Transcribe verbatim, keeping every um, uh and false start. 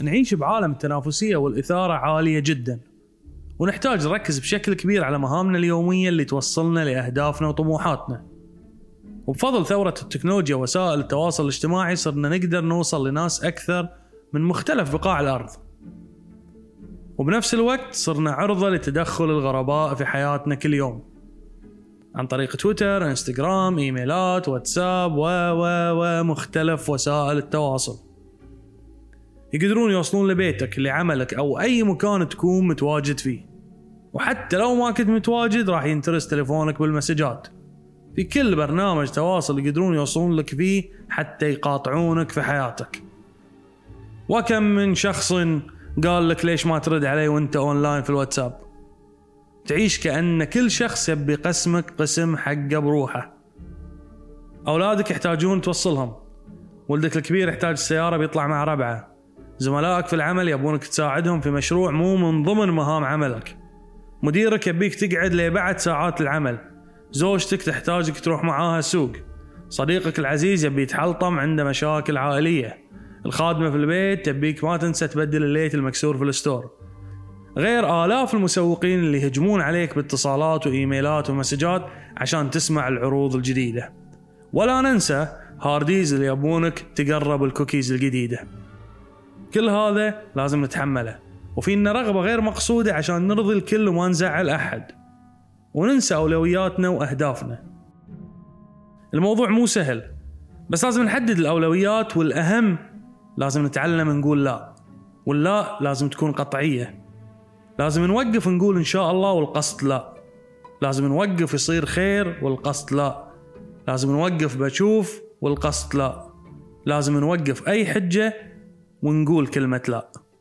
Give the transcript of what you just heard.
نعيش بعالم التنافسية والإثارة عالية جدا، ونحتاج نركز بشكل كبير على مهامنا اليومية اللي توصلنا لأهدافنا وطموحاتنا. وبفضل ثورة التكنولوجيا ووسائل التواصل الاجتماعي صرنا نقدر نوصل لناس أكثر من مختلف بقاع الأرض، وبنفس الوقت صرنا عرضة لتدخل الغرباء في حياتنا كل يوم عن طريق تويتر، انستغرام، ايميلات، واتساب و و ومختلف وسائل التواصل. يقدرون يوصلون لبيتك، لعملك، أو أي مكان تكون متواجد فيه. وحتى لو ما كنت متواجد راح ينترس تليفونك بالمسجات. في كل برنامج تواصل يقدرون يوصلون لك فيه حتى يقاطعونك في حياتك. وكم من شخص قال لك ليش ما ترد علي وانت اونلاين في الواتساب؟ تعيش كأن كل شخص يبي قسمك قسم حقه بروحه. أولادك يحتاجون توصلهم، ولدك الكبير يحتاج سيارة بيطلع مع ربعه، زملائك في العمل يبونك تساعدهم في مشروع مو من ضمن مهام عملك، مديرك يبيك تقعد لبعد ساعات العمل، زوجتك تحتاجك تروح معاها السوق، صديقك العزيز يبي يتحلطم عنده مشاكل عائلية، الخادمة في البيت تبيك ما تنسى تبدل الليت المكسور في الستور، غير آلاف المسوقين اللي يهجمون عليك باتصالات وإيميلات ومسجات عشان تسمع العروض الجديدة. ولا ننسى هارديز اللي يبونك تقرب الكوكيز الجديدة. كل هذا لازم نتحمله، وفينا رغبة غير مقصودة عشان نرضي الكل وما نزعل أحد، وننسى أولوياتنا وأهدافنا. الموضوع مو سهل، بس لازم نحدد الأولويات، والأهم لازم نتعلم نقول لا، واللا لازم تكون قطعية. لازم نوقف نقول إن شاء الله والقصد لا، لازم نوقف يصير خير والقصد لا، لازم نوقف بشوف والقصد لا، لازم نوقف أي حجة ونقول كلمة لا.